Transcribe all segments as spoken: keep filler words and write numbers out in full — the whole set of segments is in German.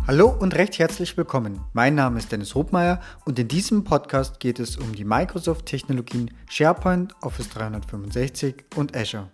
Hallo und recht herzlich willkommen. Mein Name ist Dennis Hobmeier und in diesem Podcast geht es um die Microsoft-Technologien SharePoint, Office dreihundertfünfundsechzig und Azure.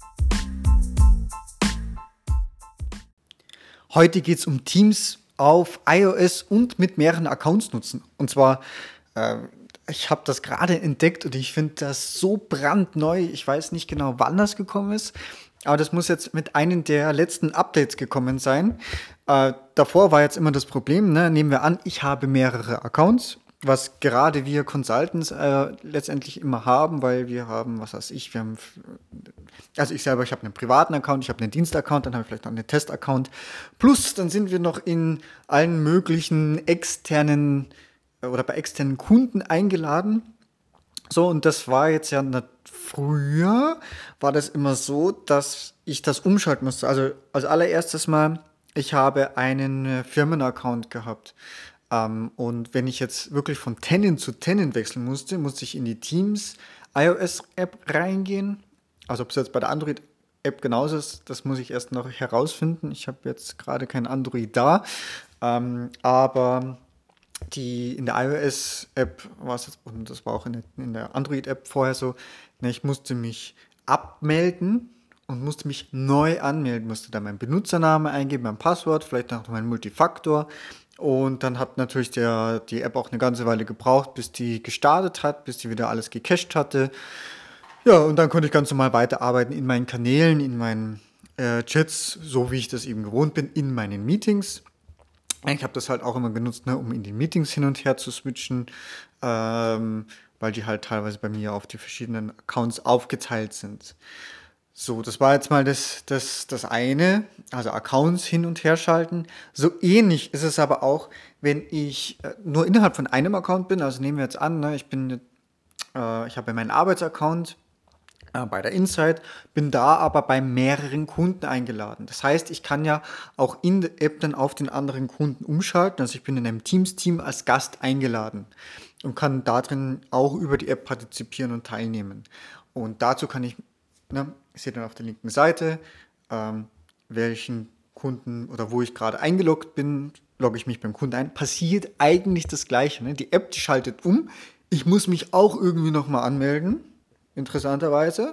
Heute geht es um Teams auf iOS und mit mehreren Accounts nutzen. Und zwar, äh, ich habe das gerade entdeckt und ich finde das so brandneu. Ich weiß nicht genau, wann das gekommen ist, aber das muss jetzt mit einem der letzten Updates gekommen sein. Äh, davor war jetzt immer das Problem, ne? Nehmen wir an, ich habe mehrere Accounts, was gerade wir Consultants äh, letztendlich immer haben, weil wir haben, was weiß ich, wir haben, also ich selber, ich habe einen privaten Account, ich habe einen Dienstaccount, dann habe ich vielleicht noch einen Testaccount. Plus, dann sind wir noch in allen möglichen externen äh, oder bei externen Kunden eingeladen. So, und das war jetzt ja nicht früher, war das immer so, dass ich das umschalten musste. Also als allererstes mal, ich habe einen äh, Firmenaccount gehabt. Ähm, und wenn ich jetzt wirklich von Tenant zu Tenant wechseln musste, musste ich in die Teams iOS-App reingehen. Also ob es jetzt bei der Android-App genauso ist, das muss ich erst noch herausfinden. Ich habe jetzt gerade kein Android da. Ähm, aber die in der iOS-App war es jetzt, und das war auch in der, in der Android-App vorher so, ne, ich musste mich abmelden und musste mich neu anmelden, musste dann meinen Benutzernamen eingeben, mein Passwort, vielleicht noch mein Multifaktor. Und dann hat natürlich der, die App auch eine ganze Weile gebraucht, bis die gestartet hat, bis die wieder alles gecached hatte. Ja, und dann konnte ich ganz normal weiterarbeiten in meinen Kanälen, in meinen äh, Chats, so wie ich das eben gewohnt bin, in meinen Meetings. Ich habe das halt auch immer genutzt, ne, um in den Meetings hin und her zu switchen, ähm, weil die halt teilweise bei mir auf die verschiedenen Accounts aufgeteilt sind. So, das war jetzt mal das, das, das eine, also Accounts hin und her schalten. So ähnlich ist es aber auch, wenn ich äh, nur innerhalb von einem Account bin. Also nehmen wir jetzt an, ne, ich bin, äh, ich habe meinen Arbeitsaccount äh, bei der Insight, bin da aber bei mehreren Kunden eingeladen. Das heißt, ich kann ja auch in der App dann auf den anderen Kunden umschalten. Also ich bin in einem Teams-Team als Gast eingeladen und kann darin auch über die App partizipieren und teilnehmen. Und dazu kann ich, ne, ich sehe dann auf der linken Seite, ähm, welchen Kunden oder wo ich gerade eingeloggt bin, logge ich mich beim Kunden ein. Passiert eigentlich das Gleiche. Ne? Die App, die schaltet um. Ich muss mich auch irgendwie nochmal anmelden, interessanterweise.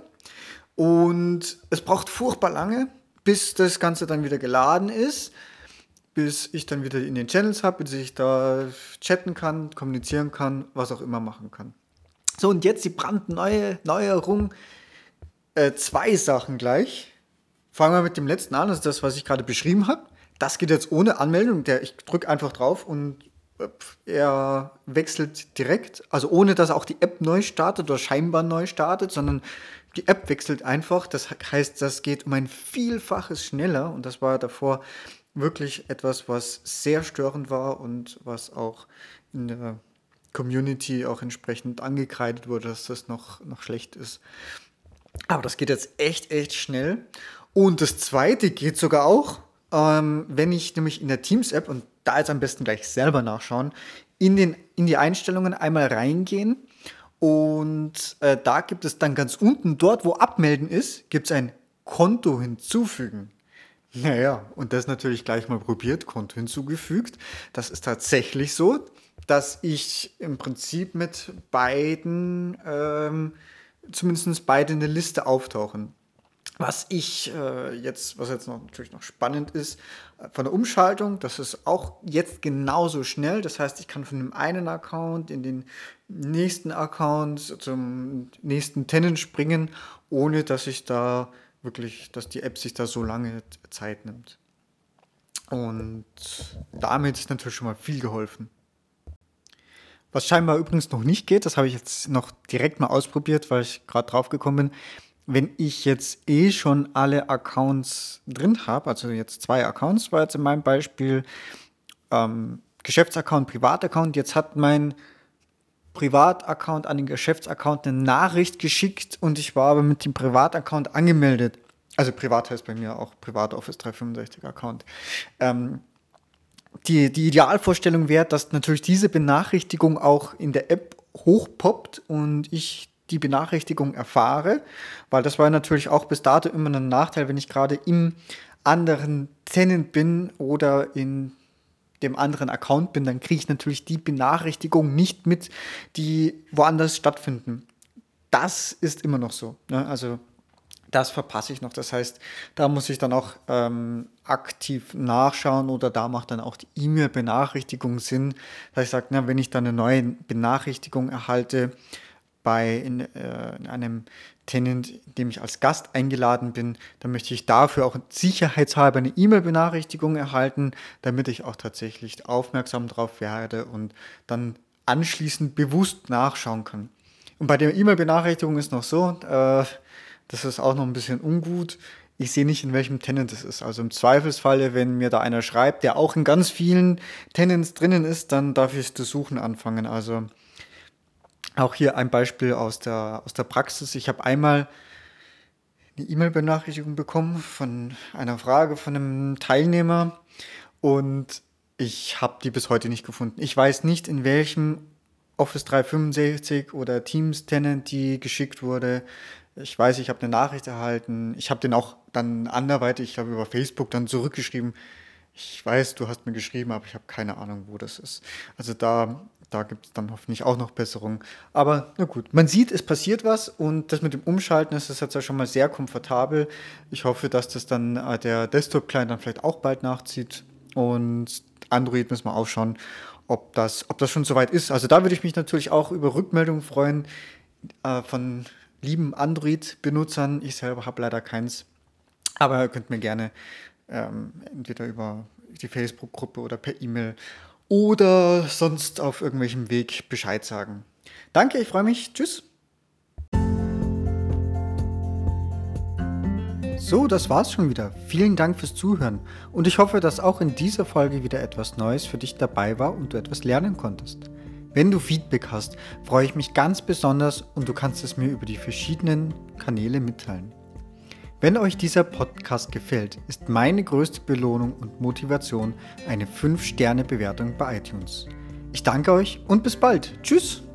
Und es braucht furchtbar lange, bis das Ganze dann wieder geladen ist, bis ich dann wieder in den Channels habe, bis ich da chatten kann, kommunizieren kann, was auch immer machen kann. So, und jetzt die brandneue Neuerung. Äh, zwei Sachen gleich. Fangen wir mit dem letzten an, das ist das, was ich gerade beschrieben habe. Das geht jetzt ohne Anmeldung. Der, ich drücke einfach drauf und äh, er wechselt direkt. Also ohne, dass auch die App neu startet oder scheinbar neu startet, sondern die App wechselt einfach. Das heißt, das geht um ein Vielfaches schneller. Und das war davor wirklich etwas, was sehr störend war und was auch in der Community auch entsprechend angekreidet wurde, dass das noch, noch schlecht ist. Aber das geht jetzt echt, echt schnell. Und das zweite geht sogar auch, ähm, wenn ich nämlich in der Teams-App, und da jetzt am besten gleich selber nachschauen, in, den, in die Einstellungen einmal reingehen. Und äh, da gibt es dann ganz unten, dort wo Abmelden ist, gibt es ein Konto hinzufügen. Naja, und das natürlich gleich mal probiert, Konto hinzugefügt. Das ist tatsächlich so, dass ich im Prinzip mit beiden... Ähm, zumindest beide in der Liste auftauchen. Was ich äh, jetzt, was jetzt noch, natürlich noch spannend ist, äh, von der Umschaltung, das ist auch jetzt genauso schnell. Das heißt, ich kann von dem einen Account in den nächsten Account zum nächsten Tenant springen, ohne dass ich da wirklich, dass die App sich da so lange Zeit nimmt. Und damit ist natürlich schon mal viel geholfen. Was scheinbar übrigens noch nicht geht, das habe ich jetzt noch direkt mal ausprobiert, weil ich gerade drauf gekommen bin. Wenn ich jetzt eh schon alle Accounts drin habe, also jetzt zwei Accounts war jetzt in meinem Beispiel, ähm, Geschäftsaccount, Privataccount, jetzt hat mein Privataccount an den Geschäftsaccount eine Nachricht geschickt und ich war aber mit dem Privataccount angemeldet. Also privat heißt bei mir auch Privat Office dreihundertfünfundsechzig Account. Ähm, Die, die Idealvorstellung wäre, dass natürlich diese Benachrichtigung auch in der App hochpoppt und ich die Benachrichtigung erfahre, weil das war natürlich auch bis dato immer ein Nachteil, wenn ich gerade im anderen Tenant bin oder in dem anderen Account bin, dann kriege ich natürlich die Benachrichtigungen nicht mit, die woanders stattfinden. Das ist immer noch so. Ne? Also das verpasse ich noch. Das heißt, da muss ich dann auch ähm, aktiv nachschauen oder da macht dann auch die E-Mail-Benachrichtigung Sinn, dass ich sage, na, wenn ich dann eine neue Benachrichtigung erhalte bei in, äh, in einem Tenant, in dem ich als Gast eingeladen bin, dann möchte ich dafür auch sicherheitshalber eine E-Mail-Benachrichtigung erhalten, damit ich auch tatsächlich aufmerksam drauf werde und dann anschließend bewusst nachschauen kann. Und bei der E-Mail-Benachrichtigung ist noch so, äh, das ist auch noch ein bisschen ungut. Ich sehe nicht, in welchem Tenant es ist. Also im Zweifelsfalle, wenn mir da einer schreibt, der auch in ganz vielen Tenants drinnen ist, dann darf ich das Suchen anfangen. Also auch hier ein Beispiel aus der, aus der Praxis. Ich habe einmal eine E-Mail-Benachrichtigung bekommen von einer Frage von einem Teilnehmer und ich habe die bis heute nicht gefunden. Ich weiß nicht, in welchem Office dreihundertfünfundsechzig oder Teams-Tenant die geschickt wurde. Ich weiß, ich habe eine Nachricht erhalten. Ich habe den auch dann anderweitig, ich glaube über Facebook, dann zurückgeschrieben. Ich weiß, du hast mir geschrieben, aber ich habe keine Ahnung, wo das ist. Also da, da gibt es dann hoffentlich auch noch Besserungen. Aber na gut, man sieht, es passiert was und das mit dem Umschalten ist das jetzt ja schon mal sehr komfortabel. Ich hoffe, dass das dann äh, der Desktop-Client dann vielleicht auch bald nachzieht. Und Android müssen wir auch schauen, ob das, ob das schon soweit ist. Also da würde ich mich natürlich auch über Rückmeldungen freuen äh, von lieben Android-Benutzern. Ich selber habe leider keins. Aber ihr könnt mir gerne ähm, entweder über die Facebook-Gruppe oder per E-Mail oder sonst auf irgendwelchem Weg Bescheid sagen. Danke, ich freue mich. Tschüss. So, das war's schon wieder. Vielen Dank fürs Zuhören. Und ich hoffe, dass auch in dieser Folge wieder etwas Neues für dich dabei war und du etwas lernen konntest. Wenn du Feedback hast, freue ich mich ganz besonders und du kannst es mir über die verschiedenen Kanäle mitteilen. Wenn euch dieser Podcast gefällt, ist meine größte Belohnung und Motivation eine fünf Sterne Bewertung bei iTunes. Ich danke euch und bis bald. Tschüss!